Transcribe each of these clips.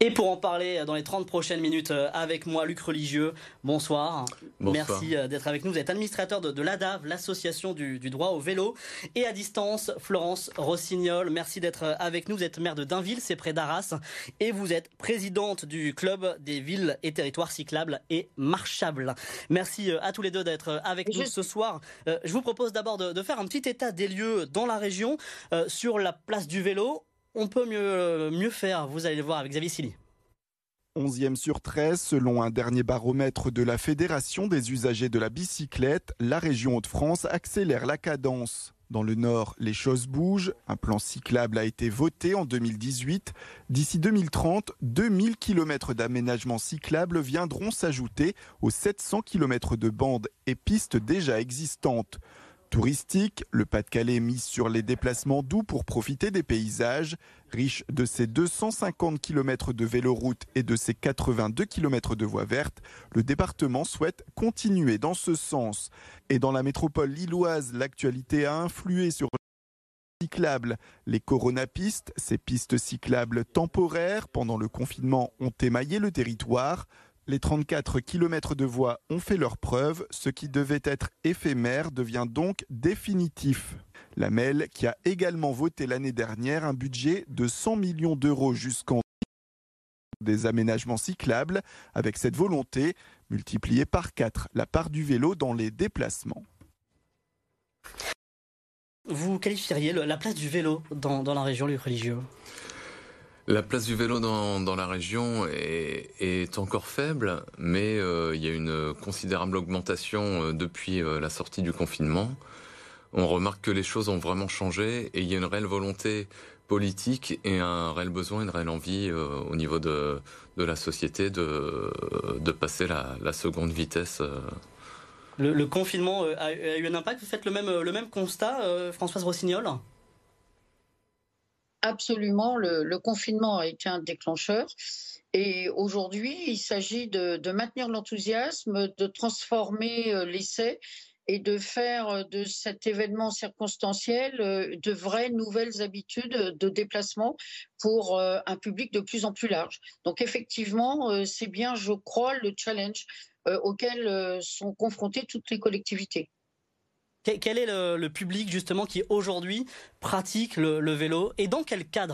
Et pour en parler dans les 30 prochaines minutes avec moi, Luc Religieux, bonsoir. Merci d'être avec nous. Vous êtes administrateur de l'ADAV, l'association du droit au vélo. Et à distance, Florence Rossignol, merci d'être avec nous. Vous êtes maire de Dainville, c'est près d'Arras. Et vous êtes présidente du club des villes et territoires cyclables et marchables. Merci à tous les deux d'être avec nous ce soir. Je vous propose d'abord de faire un petit état des lieux dans la région sur la place du vélo. On peut mieux faire, vous allez le voir avec Xavier Silly. 11e sur 13, selon un dernier baromètre de la Fédération des usagers de la bicyclette, la région Hauts-de-France accélère la cadence. Dans le Nord, les choses bougent. Un plan cyclable a été voté en 2018. D'ici 2030, 2000 km d'aménagements cyclables viendront s'ajouter aux 700 km de bandes et pistes déjà existantes. Touristique, le Pas-de-Calais mise sur les déplacements doux pour profiter des paysages. Riche de ses 250 km de véloroute et de ses 82 km de voies vertes, le département souhaite continuer dans ce sens. Et dans la métropole lilloise, l'actualité a influé sur les cyclables. Les coronapistes, ces pistes cyclables temporaires pendant le confinement, ont émaillé le territoire. Les 34 km de voies ont fait leurs preuves. Ce qui devait être éphémère devient donc définitif. La MEL qui a également voté l'année dernière un budget de 100 millions d'euros jusqu'en des aménagements cyclables, avec cette volonté multipliée par 4 la part du vélo dans les déplacements. Vous qualifieriez la place du vélo dans la région, Luc Religieux ? La place du vélo dans la région est encore faible, mais il y a une considérable augmentation depuis la sortie du confinement. On remarque que les choses ont vraiment changé et il y a une réelle volonté politique et un réel besoin, une réelle envie au niveau de la société de passer la seconde vitesse. Le confinement a eu un impact. Vous faites le même constat, Françoise Rossignol ? Absolument, le confinement a été un déclencheur et aujourd'hui il s'agit de maintenir l'enthousiasme, de transformer l'essai et de faire de cet événement circonstanciel de vraies nouvelles habitudes de déplacement pour un public de plus en plus large. Donc effectivement, c'est bien, je crois, le challenge auquel sont confrontées toutes les collectivités. Quel est le public justement qui aujourd'hui pratique le vélo et dans quel cadre ?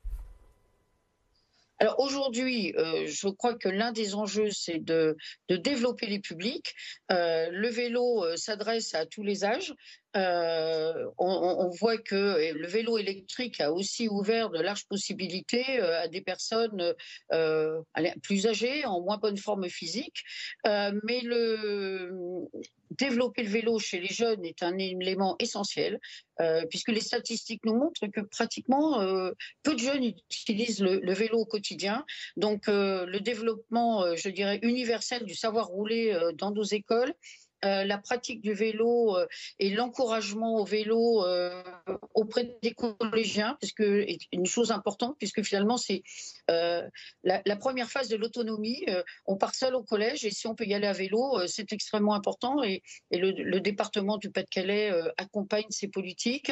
Alors aujourd'hui, je crois que l'un des enjeux, c'est de développer les publics. Le vélo s'adresse à tous les âges. On voit que le vélo électrique a aussi ouvert de larges possibilités à des personnes plus âgées, en moins bonne forme physique. Mais développer le vélo chez les jeunes est un élément essentiel, puisque les statistiques nous montrent que pratiquement peu de jeunes utilisent le vélo au quotidien. Donc le développement, je dirais, universel du savoir rouler dans nos écoles, la pratique du vélo et l'encouragement au vélo auprès des collégiens, parce que est une chose importante, puisque finalement c'est la première phase de l'autonomie. On part seul au collège et si on peut y aller à vélo, c'est extrêmement important et le département du Pas-de-Calais accompagne ces politiques.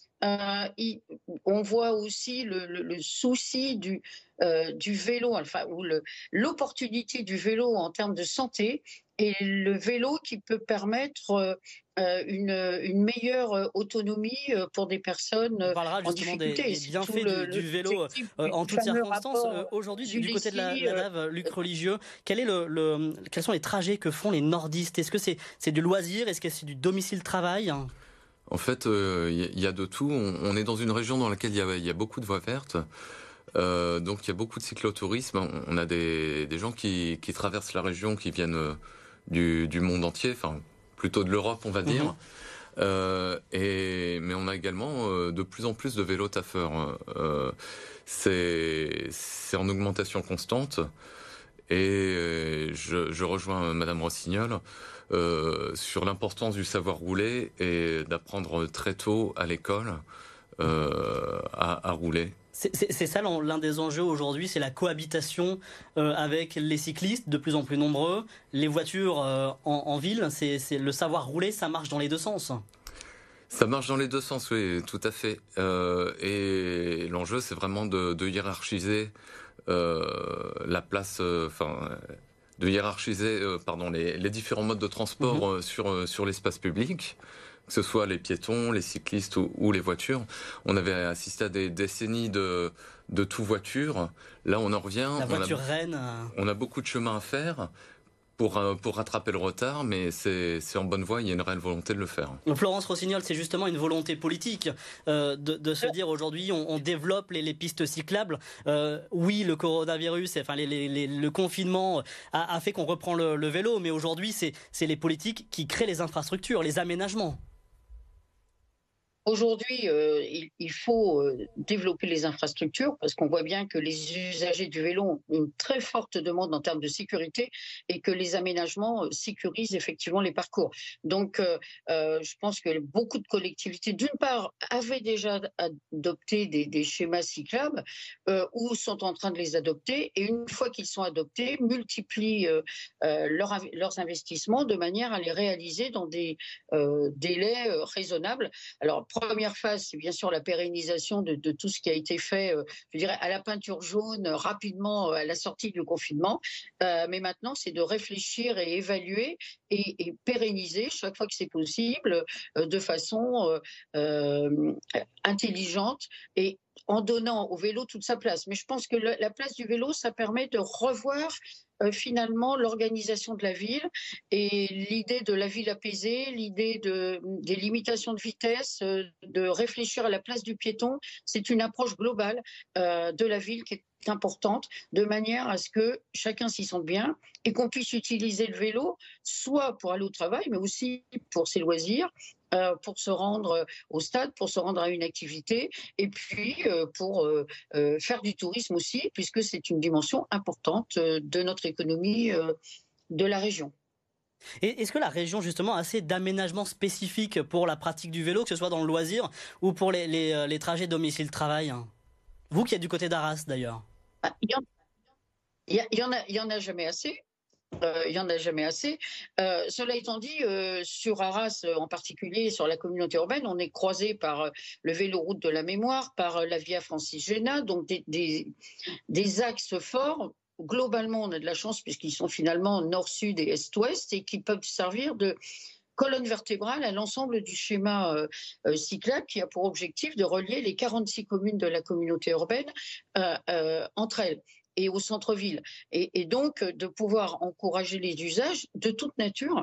On voit aussi le souci du vélo, enfin, ou l'opportunité du vélo en termes de santé et le vélo qui peut permettre une meilleure autonomie pour des personnes en difficulté. Des bienfaits du vélo en toutes circonstances. Aujourd'hui, du côté de la DAV, Luc Religieux, quels sont les trajets que font les nordistes ? Est-ce que c'est du loisir ? Est-ce que c'est du domicile-travail ? En fait, il y a de tout. On est dans une région dans laquelle il y a beaucoup de voies vertes. Donc il y a beaucoup de cyclotourisme. On a des gens qui traversent la région, qui viennent du monde entier, enfin plutôt de l'Europe, on va dire. Mais on a également de plus en plus de vélos taffeurs. C'est en augmentation constante. Et je rejoins Madame Rossignol sur l'importance du savoir rouler et d'apprendre très tôt à l'école à rouler. C'est ça l'un des enjeux aujourd'hui, c'est la cohabitation avec les cyclistes de plus en plus nombreux, les voitures en ville, c'est le savoir rouler, ça marche dans les deux sens. Ça marche dans les deux sens, oui, tout à fait. Et l'enjeu, c'est vraiment de hiérarchiser la place, de hiérarchiser les différents modes de transport sur l'espace public, que ce soit les piétons, les cyclistes ou les voitures. On avait assisté à des décennies de tout voiture. Là, on en revient. La voiture reine. On a beaucoup de chemin à faire pour rattraper le retard, mais c'est en bonne voie, il y a une réelle volonté de le faire. Florence Rossignol, c'est justement une volonté politique de se dire aujourd'hui on développe les pistes cyclables. Oui, le coronavirus, le confinement a fait qu'on reprend le vélo, mais aujourd'hui c'est les politiques qui créent les infrastructures, les aménagements. Aujourd'hui, il faut développer les infrastructures parce qu'on voit bien que les usagers du vélo ont une très forte demande en termes de sécurité et que les aménagements sécurisent effectivement les parcours. Donc, je pense que beaucoup de collectivités, d'une part, avaient déjà adopté des schémas cyclables ou sont en train de les adopter et une fois qu'ils sont adoptés, multiplient leurs investissements de manière à les réaliser dans des délais raisonnables. Alors, première phase, c'est bien sûr la pérennisation de tout ce qui a été fait, je dirais, à la peinture jaune, rapidement à la sortie du confinement. Mais maintenant, c'est de réfléchir et évaluer et pérenniser chaque fois que c'est possible de façon intelligente et en donnant au vélo toute sa place. Mais je pense que la place du vélo, ça permet de revoir finalement l'organisation de la ville et l'idée de la ville apaisée, l'idée des limitations de vitesse, de réfléchir à la place du piéton. C'est une approche globale de la ville qui est importante, de manière à ce que chacun s'y sente bien et qu'on puisse utiliser le vélo, soit pour aller au travail, mais aussi pour ses loisirs, pour se rendre au stade, pour se rendre à une activité, et puis pour faire du tourisme aussi, puisque c'est une dimension importante de notre économie de la région. Et est-ce que la région justement a assez d'aménagements spécifiques pour la pratique du vélo, que ce soit dans le loisir ou pour les trajets domicile-travail? Vous qui êtes du côté d'Arras d'ailleurs. Il y en a jamais assez. Il y en a jamais assez. Cela étant dit, sur Arras en particulier, sur la communauté urbaine, on est croisé par le vélo-route de la mémoire, par la Via Francis Géna, donc des axes forts. Globalement, on a de la chance puisqu'ils sont finalement nord-sud et est-ouest et qui peuvent servir de colonne vertébrale à l'ensemble du schéma cyclable qui a pour objectif de relier les 46 communes de la communauté urbaine entre elles et au centre-ville. Et donc, de pouvoir encourager les usages de toute nature.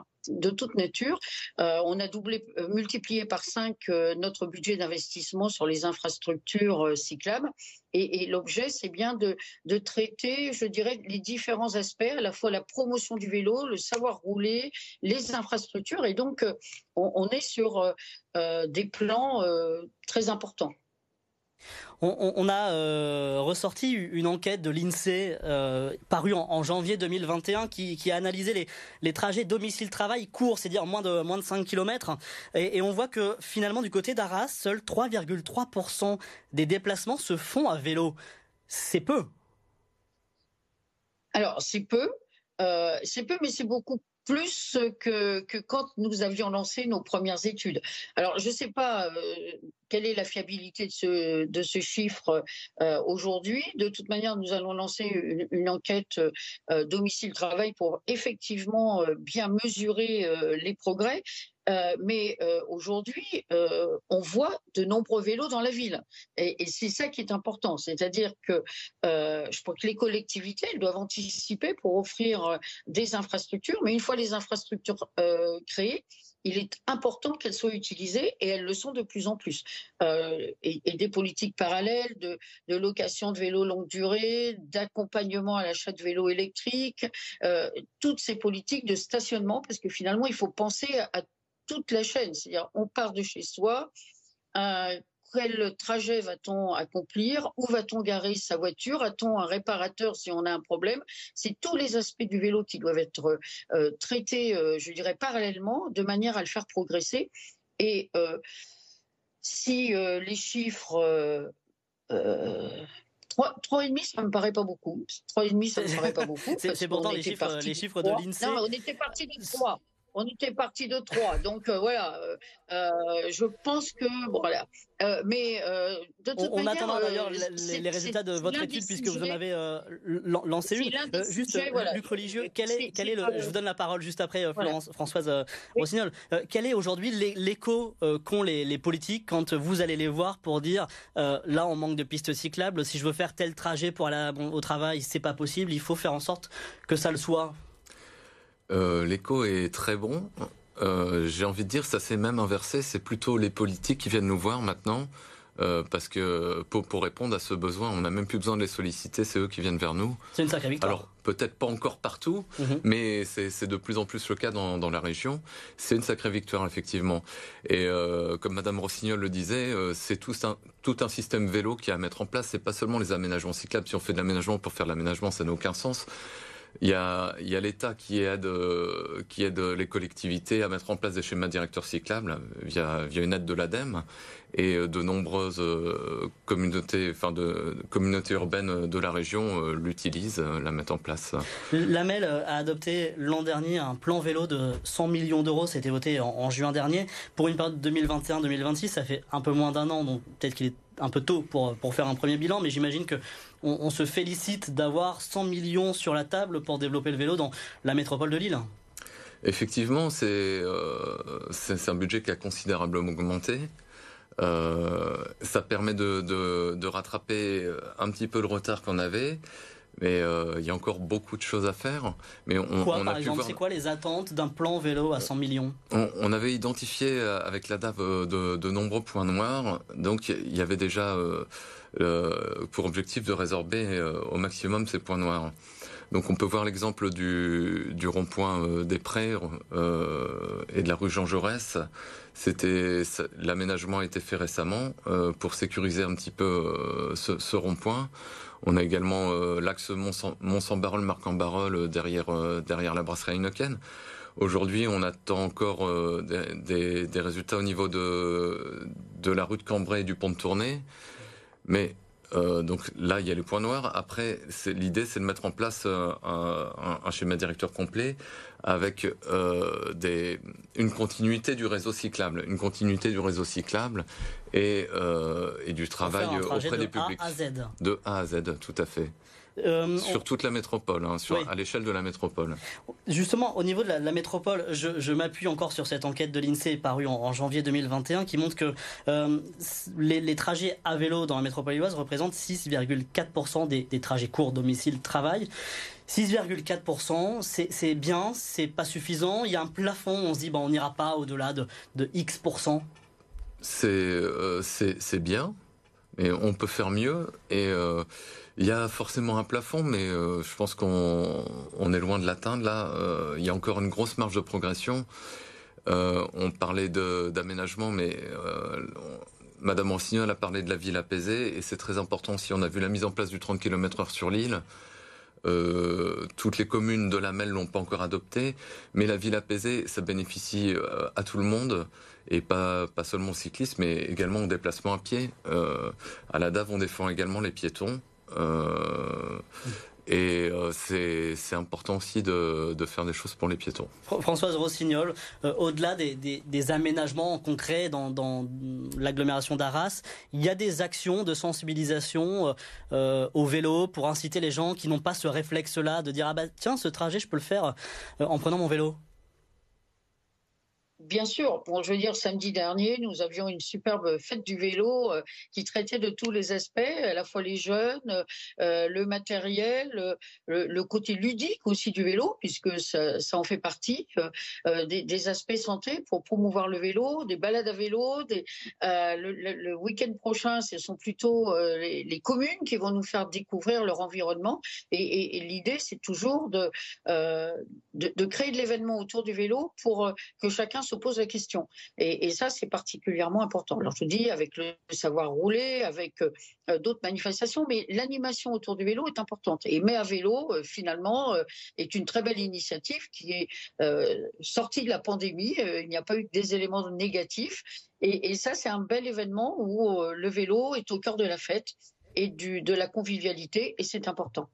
On a multiplié par 5 notre budget d'investissement sur les infrastructures cyclables. Et l'objet, c'est bien de traiter, je dirais, les différents aspects, à la fois la promotion du vélo, le savoir rouler, les infrastructures. Et donc, on est sur des plans très importants. On a ressorti une enquête de l'INSEE parue en janvier 2021 qui a analysé les trajets domicile-travail courts, c'est-à-dire moins de 5 km. Et on voit que finalement du côté d'Arras, seuls 3,3% des déplacements se font à vélo. C'est peu. Alors c'est peu, mais c'est beaucoup plus que quand nous avions lancé nos premières études. Alors, je ne sais pas quelle est la fiabilité de ce chiffre aujourd'hui. De toute manière, nous allons lancer une enquête domicile-travail pour effectivement bien mesurer les progrès. Mais aujourd'hui, on voit de nombreux vélos dans la ville. Et c'est ça qui est important. C'est-à-dire que je crois que les collectivités elles doivent anticiper pour offrir des infrastructures. Mais une fois les infrastructures créées, il est important qu'elles soient utilisées et elles le sont de plus en plus. Et des politiques parallèles de location de vélos longue durée, d'accompagnement à l'achat de vélos électriques, toutes ces politiques de stationnement, parce que finalement, il faut penser à toute la chaîne, c'est-à-dire on part de chez soi, quel trajet va-t-on accomplir, où va-t-on garer sa voiture, a-t-on un réparateur si on a un problème? C'est tous les aspects du vélo qui doivent être traités, je dirais, parallèlement, de manière à le faire progresser. Et si les chiffres... 3,5, ça ne me paraît pas beaucoup. 3,5, ça ne me paraît pas beaucoup. C'est pourtant les chiffres de l'INSEE. Non, on était parti de 3. On était parti de 3. Donc voilà, je pense que bon, voilà. Mais de toute On manière, attendra d'ailleurs les résultats de votre étude puisque vous en avez lancé une. Juste, voilà. Luc Religieux, je vous donne la parole juste après, Françoise Rossignol. Quel est aujourd'hui l'écho qu'ont les politiques quand vous allez les voir pour dire là on manque de pistes cyclables, si je veux faire tel trajet pour aller au travail, c'est pas possible, il faut faire en sorte que ça le soit? L'écho est très bon. J'ai envie de dire, ça s'est même inversé. C'est plutôt les politiques qui viennent nous voir maintenant, parce que pour répondre à ce besoin, on n'a même plus besoin de les solliciter, c'est eux qui viennent vers nous. C'est une sacrée victoire. Alors, peut-être pas encore partout, mais c'est de plus en plus le cas dans la région. C'est une sacrée victoire, effectivement. Et comme Madame Rossignol le disait, c'est tout un système vélo qui est à mettre en place. C'est pas seulement les aménagements cyclables. Si on fait de l'aménagement pour faire de l'aménagement, ça n'a aucun sens. Il y a l'État qui aide les collectivités à mettre en place des schémas directeurs cyclables via une aide de l'ADEME, et de nombreuses communautés urbaines de la région l'utilisent, la mettent en place. L'AMEL a adopté l'an dernier un plan vélo de 100 millions d'euros, c'était voté en juin dernier, pour une période 2021-2026, ça fait un peu moins d'un an, donc peut-être qu'il est un peu tôt pour faire un premier bilan, mais j'imagine que on se félicite d'avoir 100 millions sur la table pour développer le vélo dans la métropole de Lille. Effectivement, c'est un budget qui a considérablement augmenté. Ça permet de rattraper un petit peu le retard qu'on avait. Mais il y a encore beaucoup de choses à faire. Mais par exemple, c'est quoi les attentes d'un plan vélo à 100 millions? On avait identifié avec la DAV de nombreux points noirs. Donc il y avait déjà pour objectif de résorber au maximum ces points noirs. Donc on peut voir l'exemple du rond-point des Prés et de la rue Jean Jaurès. L'aménagement a été fait récemment pour sécuriser un petit peu ce rond-point. On a également l'axe Mont-Saint-Barreul-Marc-en-Barreul derrière la brasserie Heineken. Aujourd'hui, on attend encore des résultats au niveau de la rue de Cambrai et du pont de Tournai. Mais donc là, il y a les points noirs. Après, l'idée, c'est de mettre en place un schéma directeur complet avec une continuité du réseau cyclable, et du travail auprès des publics. De A à Z, tout à fait. Sur toute la métropole, à l'échelle de la métropole. Justement, au niveau de la métropole, je m'appuie encore sur cette enquête de l'INSEE parue en janvier 2021 qui montre que les trajets à vélo dans la métropole lilloise représentent 6,4% des trajets courts domicile-travail. 6,4%, c'est bien, c'est pas suffisant. Il y a un plafond, on se dit on n'ira pas au-delà de X%. C'est bien, mais on peut faire mieux. Et il y a forcément un plafond, mais je pense qu'on est loin de l'atteindre là. Il y a encore une grosse marge de progression. On parlait d'aménagement, mais Madame Rossignol a parlé de la ville apaisée, et c'est très important aussi. On a vu la mise en place du 30 km/h sur l'île. Toutes les communes de la MEL l'ont pas encore adopté, mais la ville apaisée, ça bénéficie à tout le monde, et pas seulement aux cyclistes, mais également aux déplacements à pied. À la DAV, on défend également les piétons. Et c'est important aussi de faire des choses pour les piétons. Françoise Rossignol, au-delà des aménagements concrets dans l'agglomération d'Arras, il y a des actions de sensibilisation au vélo pour inciter les gens qui n'ont pas ce réflexe-là de dire tiens, ce trajet je peux le faire en prenant mon vélo. Bien sûr. Bon, je veux dire, samedi dernier, nous avions une superbe fête du vélo qui traitait de tous les aspects, à la fois les jeunes, le matériel, le côté ludique aussi du vélo, puisque ça en fait partie, des aspects santé pour promouvoir le vélo, des balades à vélo. Le week-end prochain, ce sont plutôt les communes qui vont nous faire découvrir leur environnement. Et l'idée, c'est toujours de créer de l'événement autour du vélo pour que chacun se pose la question. Et ça, c'est particulièrement important. Alors, je vous dis, avec le savoir rouler, avec d'autres manifestations, mais l'animation autour du vélo est importante. Et Mais à vélo, finalement, est une très belle initiative qui est sortie de la pandémie. Il n'y a pas eu que des éléments négatifs. Et ça, c'est un bel événement où le vélo est au cœur de la fête et de la convivialité, et c'est important.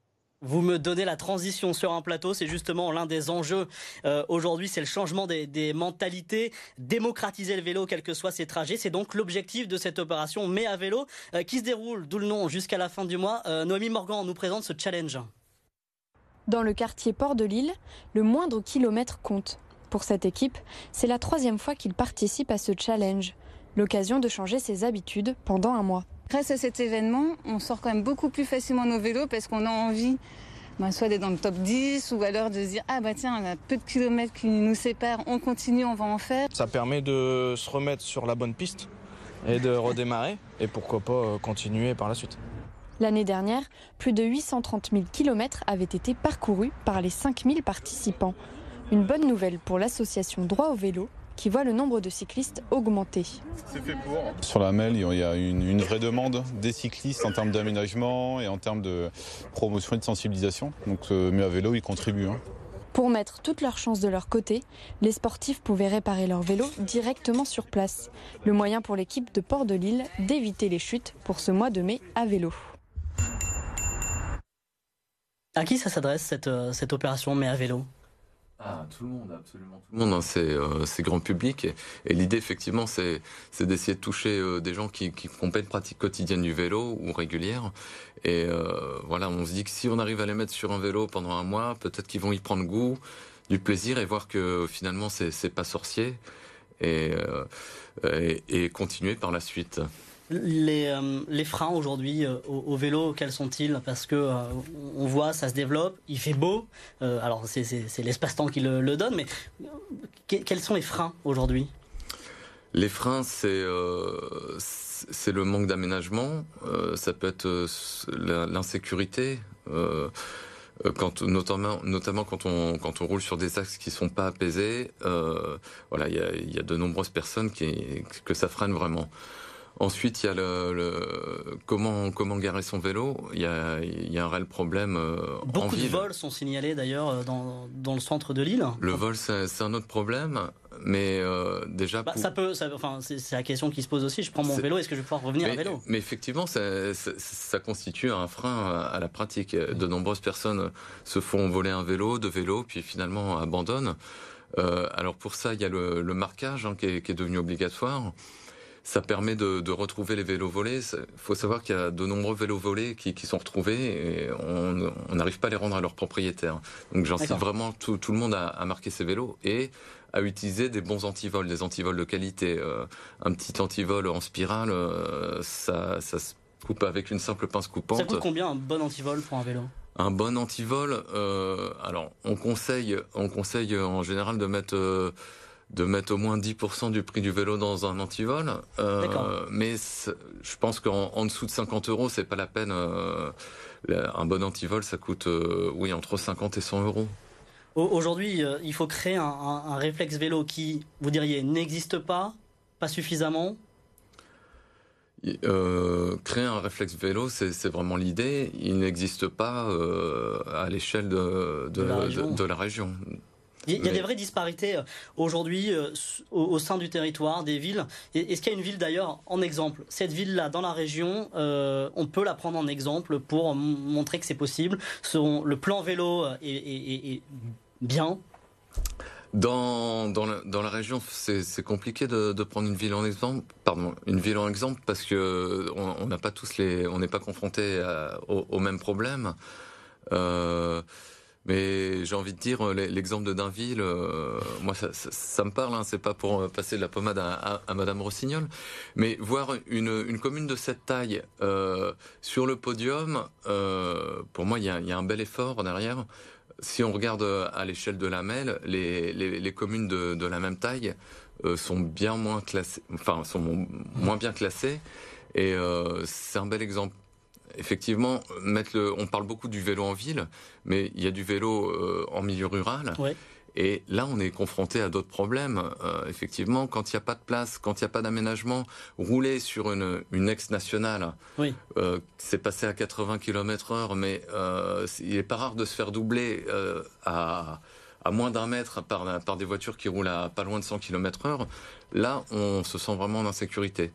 Vous me donnez la transition sur un plateau, c'est justement l'un des enjeux aujourd'hui, c'est le changement des mentalités, démocratiser le vélo quels que soient ses trajets. C'est donc l'objectif de cette opération Mais à vélo qui se déroule, d'où le nom, jusqu'à la fin du mois. Noémie Morgan nous présente ce challenge. Dans le quartier Port de Lille, le moindre kilomètre compte. Pour cette équipe, c'est la 3e fois qu'ils participent à ce challenge. L'occasion de changer ses habitudes pendant un mois. Grâce à cet événement, on sort quand même beaucoup plus facilement nos vélos parce qu'on a envie soit d'être dans le top 10 ou alors de se dire tiens, on a peu de kilomètres qui nous séparent, on continue, on va en faire. Ça permet de se remettre sur la bonne piste et de redémarrer et pourquoi pas continuer par la suite. L'année dernière, plus de 830 000 kilomètres avaient été parcourus par les 5 000 participants. Une bonne nouvelle pour l'association Droit au vélo, qui voit le nombre de cyclistes augmenter. Sur la MEL, il y a une vraie demande des cyclistes en termes d'aménagement et en termes de promotion et de sensibilisation. Donc Mais à vélo, ils contribuent. Pour mettre toutes leurs chances de leur côté, les sportifs pouvaient réparer leur vélo directement sur place. Le moyen pour l'équipe de Port de Lille d'éviter les chutes pour ce mois de mai à vélo. À qui ça s'adresse cette opération Mais à vélo ? Tout le monde, absolument tout le monde. C'est grand public. Et l'idée, effectivement, c'est d'essayer de toucher des gens qui font pas une pratique quotidienne du vélo ou régulière. Et voilà, on se dit que si on arrive à les mettre sur un vélo pendant un mois, peut-être qu'ils vont y prendre goût, du plaisir et voir que finalement, c'est pas sorcier. Et continuer par la suite. Les freins aujourd'hui au vélo, quels sont-ils ? Parce que on voit, ça se développe, il fait beau. Alors c'est l'espace-temps qui le donne, mais quels sont les freins aujourd'hui ? Les freins, c'est le manque d'aménagement. Ça peut être l'insécurité. Notamment quand on roule sur des axes qui sont pas apaisés. Voilà, il y a de nombreuses personnes que ça freine vraiment. Ensuite, il y a comment garer son vélo. Il y a un réel problème en ville. Beaucoup de vols sont signalés d'ailleurs dans le centre de Lille. Le vol, c'est un autre problème, mais déjà. C'est la question qui se pose aussi. Je prends mon vélo, est-ce que je vais pouvoir revenir à vélo ? Mais effectivement, ça constitue un frein à la pratique. De nombreuses personnes se font voler un vélo, deux vélos, puis finalement abandonnent. Alors pour ça, il y a le marquage qui est devenu obligatoire. Ça permet de retrouver les vélos volés. Il faut savoir qu'il y a de nombreux vélos volés qui sont retrouvés et on n'arrive pas à les rendre à leurs propriétaires. Donc j'incite vraiment tout le monde à marquer ses vélos et à utiliser des bons antivols, des antivols de qualité. Un petit antivol en spirale, ça se coupe avec une simple pince coupante. Ça coûte combien un bon antivol pour un vélo ? Un bon antivol, alors on conseille en général de mettre au moins 10% du prix du vélo dans un antivol. Mais je pense qu'en dessous de 50 €, c'est pas la peine. Un bon antivol, ça coûte entre 50 et 100 €. Aujourd'hui, il faut créer un réflexe vélo qui, vous diriez, n'existe pas suffisamment. Créer un réflexe vélo, c'est vraiment l'idée. Il n'existe pas à l'échelle de la région. Il y a des vraies disparités aujourd'hui au sein du territoire, des villes. Est-ce qu'il y a une ville d'ailleurs en exemple ? Cette ville-là, dans la région, on peut la prendre en exemple pour montrer que c'est possible. Le plan vélo est bien. Dans la région, c'est compliqué de prendre une ville en exemple. Parce que on n'a pas on n'est pas confronté au même problème. Mais j'ai envie de dire, l'exemple de Dainville, moi ça me parle, c'est pas pour passer de la pommade à Madame Rossignol, mais voir une commune de cette taille sur le podium, pour moi il y a un bel effort derrière. Si on regarde à l'échelle de la MEL, les communes de la même taille sont bien moins classées, sont moins bien classées, et c'est un bel exemple. Effectivement, on parle beaucoup du vélo en ville, mais il y a du vélo en milieu rural. Ouais. Et là, on est confronté à d'autres problèmes. Effectivement, quand il n'y a pas de place, quand il n'y a pas d'aménagement, rouler sur une ex-nationale, c'est passé à 80 km/h, mais il n'est pas rare de se faire doubler à moins d'1 mètre par des voitures qui roulent à pas loin de 100 km/h. Là, on se sent vraiment en insécurité.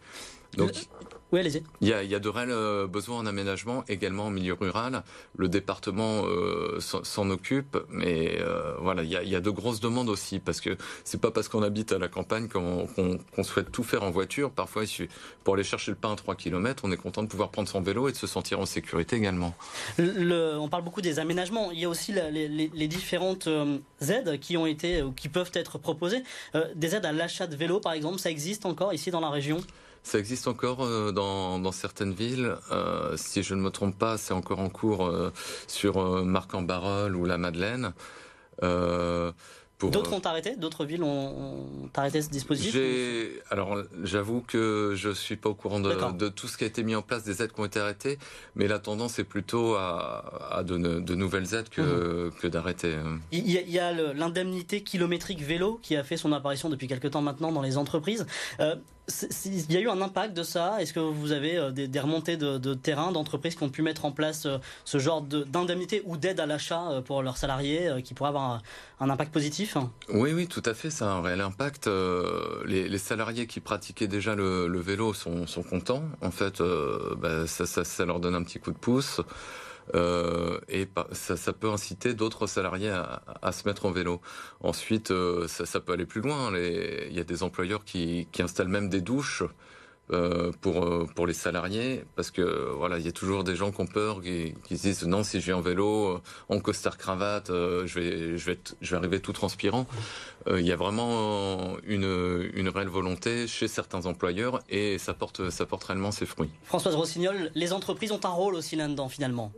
Donc, oui, allez-y. Il y a de réels besoins en aménagement, également en milieu rural. Le département s'en occupe, mais voilà, il y a de grosses demandes aussi, parce que c'est pas parce qu'on habite à la campagne qu'on souhaite tout faire en voiture. Parfois, pour aller chercher le pain à 3 km, on est content de pouvoir prendre son vélo et de se sentir en sécurité également. On parle beaucoup des aménagements. Il y a aussi les différentes aides qui ont été ou qui peuvent être proposées. Des aides à l'achat de vélos, par exemple, ça existe encore ici dans la région ? Ça existe encore dans certaines villes. Si je ne me trompe pas, c'est encore en cours sur Marc-en-Barœul ou la Madeleine. D'autres ont arrêté ? D'autres villes ont arrêté ce dispositif ? Alors, j'avoue que je suis pas au courant de tout ce qui a été mis en place, des aides qui ont été arrêtées, mais la tendance est plutôt à de nouvelles aides que d'arrêter. Il y a l'indemnité kilométrique vélo qui a fait son apparition depuis quelque temps maintenant dans les entreprises. Il y a eu un impact de ça ? Est-ce que vous avez des remontées de terrain d'entreprises qui ont pu mettre en place ce genre d'indemnité ou d'aide à l'achat pour leurs salariés qui pourrait avoir un impact positif ? Oui, tout à fait, ça a un réel impact. Les salariés qui pratiquaient déjà le vélo sont contents. En fait, ça leur donne un petit coup de pouce. Et ça peut inciter d'autres salariés à se mettre en vélo. Ensuite, ça peut aller plus loin. Il y a des employeurs qui installent même des douches pour les salariés, parce que voilà, il y a toujours des gens qui ont peur, qui se disent non, si je viens en vélo, en costard cravate, je vais arriver tout transpirant. Il y a vraiment une réelle volonté chez certains employeurs et ça porte réellement ses fruits. Françoise Rossignol, les entreprises ont un rôle aussi là-dedans finalement.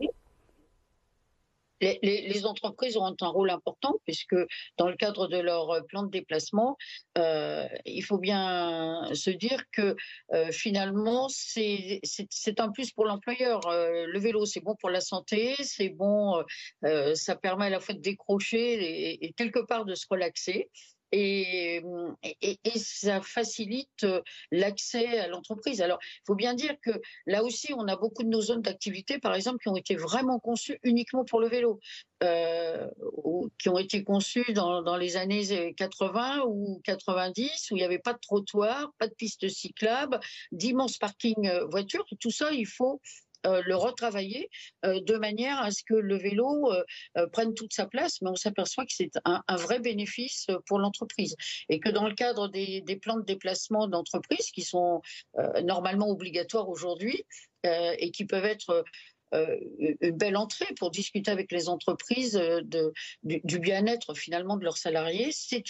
Les entreprises ont un rôle important puisque dans le cadre de leur plan de déplacement, il faut bien se dire que finalement c'est un plus pour l'employeur. Le vélo, c'est bon pour la santé, c'est bon, ça permet à la fois de décrocher et quelque part de se relaxer. Et ça facilite l'accès à l'entreprise. Alors, il faut bien dire que là aussi, on a beaucoup de nos zones d'activité, par exemple, qui ont été vraiment conçues uniquement pour le vélo, qui ont été conçues dans les années 80 ou 90, où il n'y avait pas de trottoir, pas de piste cyclable, d'immenses parkings voitures. Tout ça, il faut le retravailler de manière à ce que le vélo prenne toute sa place, mais on s'aperçoit que c'est un vrai bénéfice pour l'entreprise et que dans le cadre des plans de déplacement d'entreprise qui sont normalement obligatoires aujourd'hui et qui peuvent être une belle entrée pour discuter avec les entreprises du bien-être finalement de leurs salariés, c'est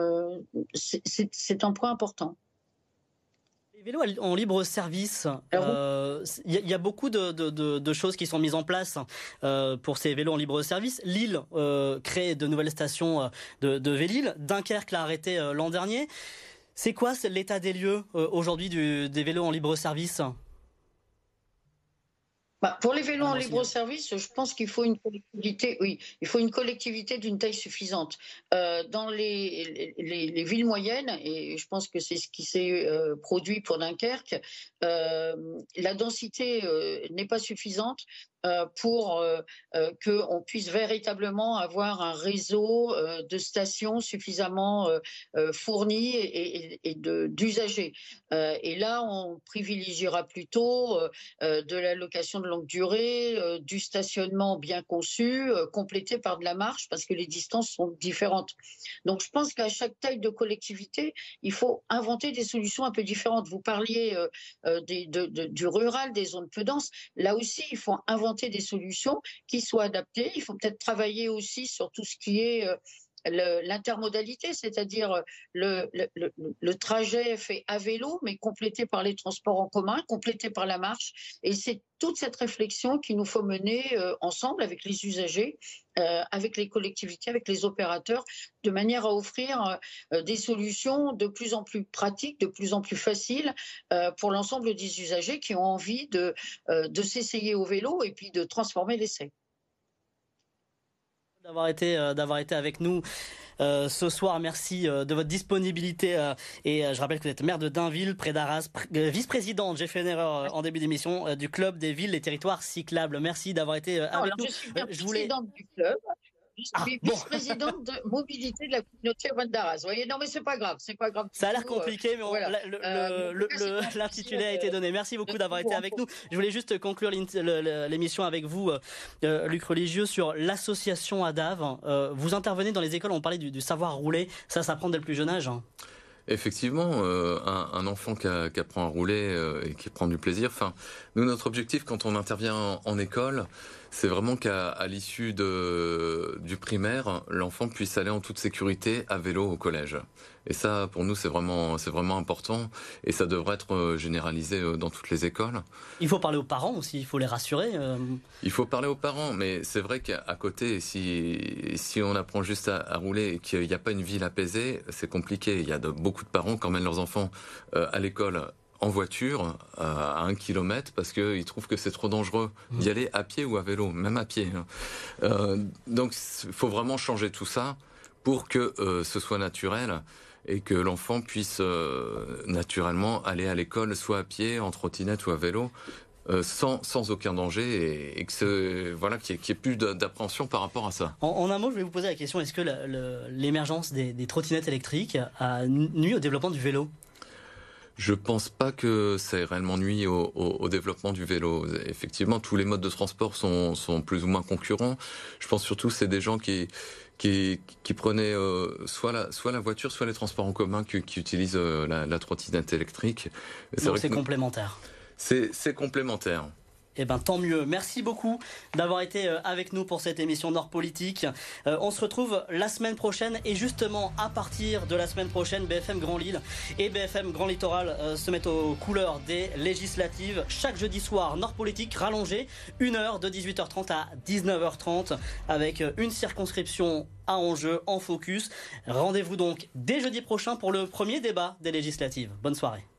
un point important. Les vélos en libre service, il y a beaucoup de choses qui sont mises en place pour ces vélos en libre service. Lille crée de nouvelles stations de Vélil. Dunkerque l'a arrêté l'an dernier. C'est quoi l'état des lieux aujourd'hui des vélos en libre service ? Pour les vélos en libre service, je pense qu'il faut une collectivité. Oui, il faut une collectivité d'une taille suffisante. Dans les villes moyennes, et je pense que c'est ce qui s'est produit pour Dunkerque, la densité n'est pas suffisante pour qu'on puisse véritablement avoir un réseau de stations suffisamment fourni et d'usagers. Et là, on privilégiera plutôt de la location de longue durée, du stationnement bien conçu, complété par de la marche, parce que les distances sont différentes. Donc, je pense qu'à chaque taille de collectivité, il faut inventer des solutions un peu différentes. Vous parliez du rural, des zones peu denses. Là aussi, il faut inventer des solutions qui soient adaptées. Il faut peut-être travailler aussi sur tout ce qui est l'intermodalité, c'est-à-dire le trajet fait à vélo, mais complété par les transports en commun, complété par la marche. Et c'est toute cette réflexion qu'il nous faut mener ensemble avec les usagers, avec les collectivités, avec les opérateurs, de manière à offrir des solutions de plus en plus pratiques, de plus en plus faciles pour l'ensemble des usagers qui ont envie de s'essayer au vélo et puis de transformer l'essai. D'avoir été avec nous ce soir. Merci de votre disponibilité et je rappelle que vous êtes maire de Dainville, près d'Arras, vice-présidente, j'ai fait une erreur en début d'émission, du club des villes et territoires cyclables. Merci d'avoir été avec nous. Je suis présidente du club. vice-présidente de mobilité de la communauté urbaine d'Arras. Vous voyez, non, mais c'est pas grave. Ça a l'air compliqué, mais voilà. L'intitulé a été donné. Merci beaucoup d'avoir été avec nous. Je voulais juste conclure l'émission avec vous, Luc Religieux, sur l'association ADAV. Vous intervenez dans les écoles, on parlait du savoir rouler. Ça s'apprend dès le plus jeune âge. Effectivement, un enfant qui apprend à rouler et qui prend du plaisir. Enfin, nous, notre objectif quand on intervient en école, c'est vraiment qu'à l'issue du primaire, l'enfant puisse aller en toute sécurité à vélo au collège. Et ça, pour nous, c'est vraiment important. Et ça devrait être généralisé dans toutes les écoles. Il faut parler aux parents aussi, il faut les rassurer. Il faut parler aux parents, mais c'est vrai qu'à côté, si on apprend juste à rouler et qu'il n'y a pas une ville apaisée, c'est compliqué. Il y a beaucoup de parents qui emmènent leurs enfants à l'école en voiture à 1 kilomètre parce qu'ils trouvent que c'est trop dangereux d'y aller à pied ou à vélo, même à pied. Donc il faut vraiment changer tout ça pour que ce soit naturel et que l'enfant puisse naturellement aller à l'école soit à pied, en trottinette ou à vélo. Sans aucun danger et que qu'il y ait plus d'appréhension par rapport à ça. En un mot, je vais vous poser la question, est-ce que l'émergence des trottinettes électriques a nuit au développement du vélo ? Je pense pas que ça ait réellement nuit au développement du vélo. Effectivement, tous les modes de transport sont plus ou moins concurrents. Je pense surtout que c'est des gens qui prenaient soit la voiture, soit les transports en commun qui utilisent la trottinette électrique. Donc c'est complémentaire. C'est complémentaire. Eh ben tant mieux. Merci beaucoup d'avoir été avec nous pour cette émission Nord Politique. On se retrouve la semaine prochaine et justement à partir de la semaine prochaine, BFM Grand Lille et BFM Grand Littoral se mettent aux couleurs des législatives. Chaque jeudi soir, Nord Politique rallongé, 1 heure de 18h30 à 19h30 avec une circonscription à enjeu en focus. Rendez-vous donc dès jeudi prochain pour le premier débat des législatives. Bonne soirée.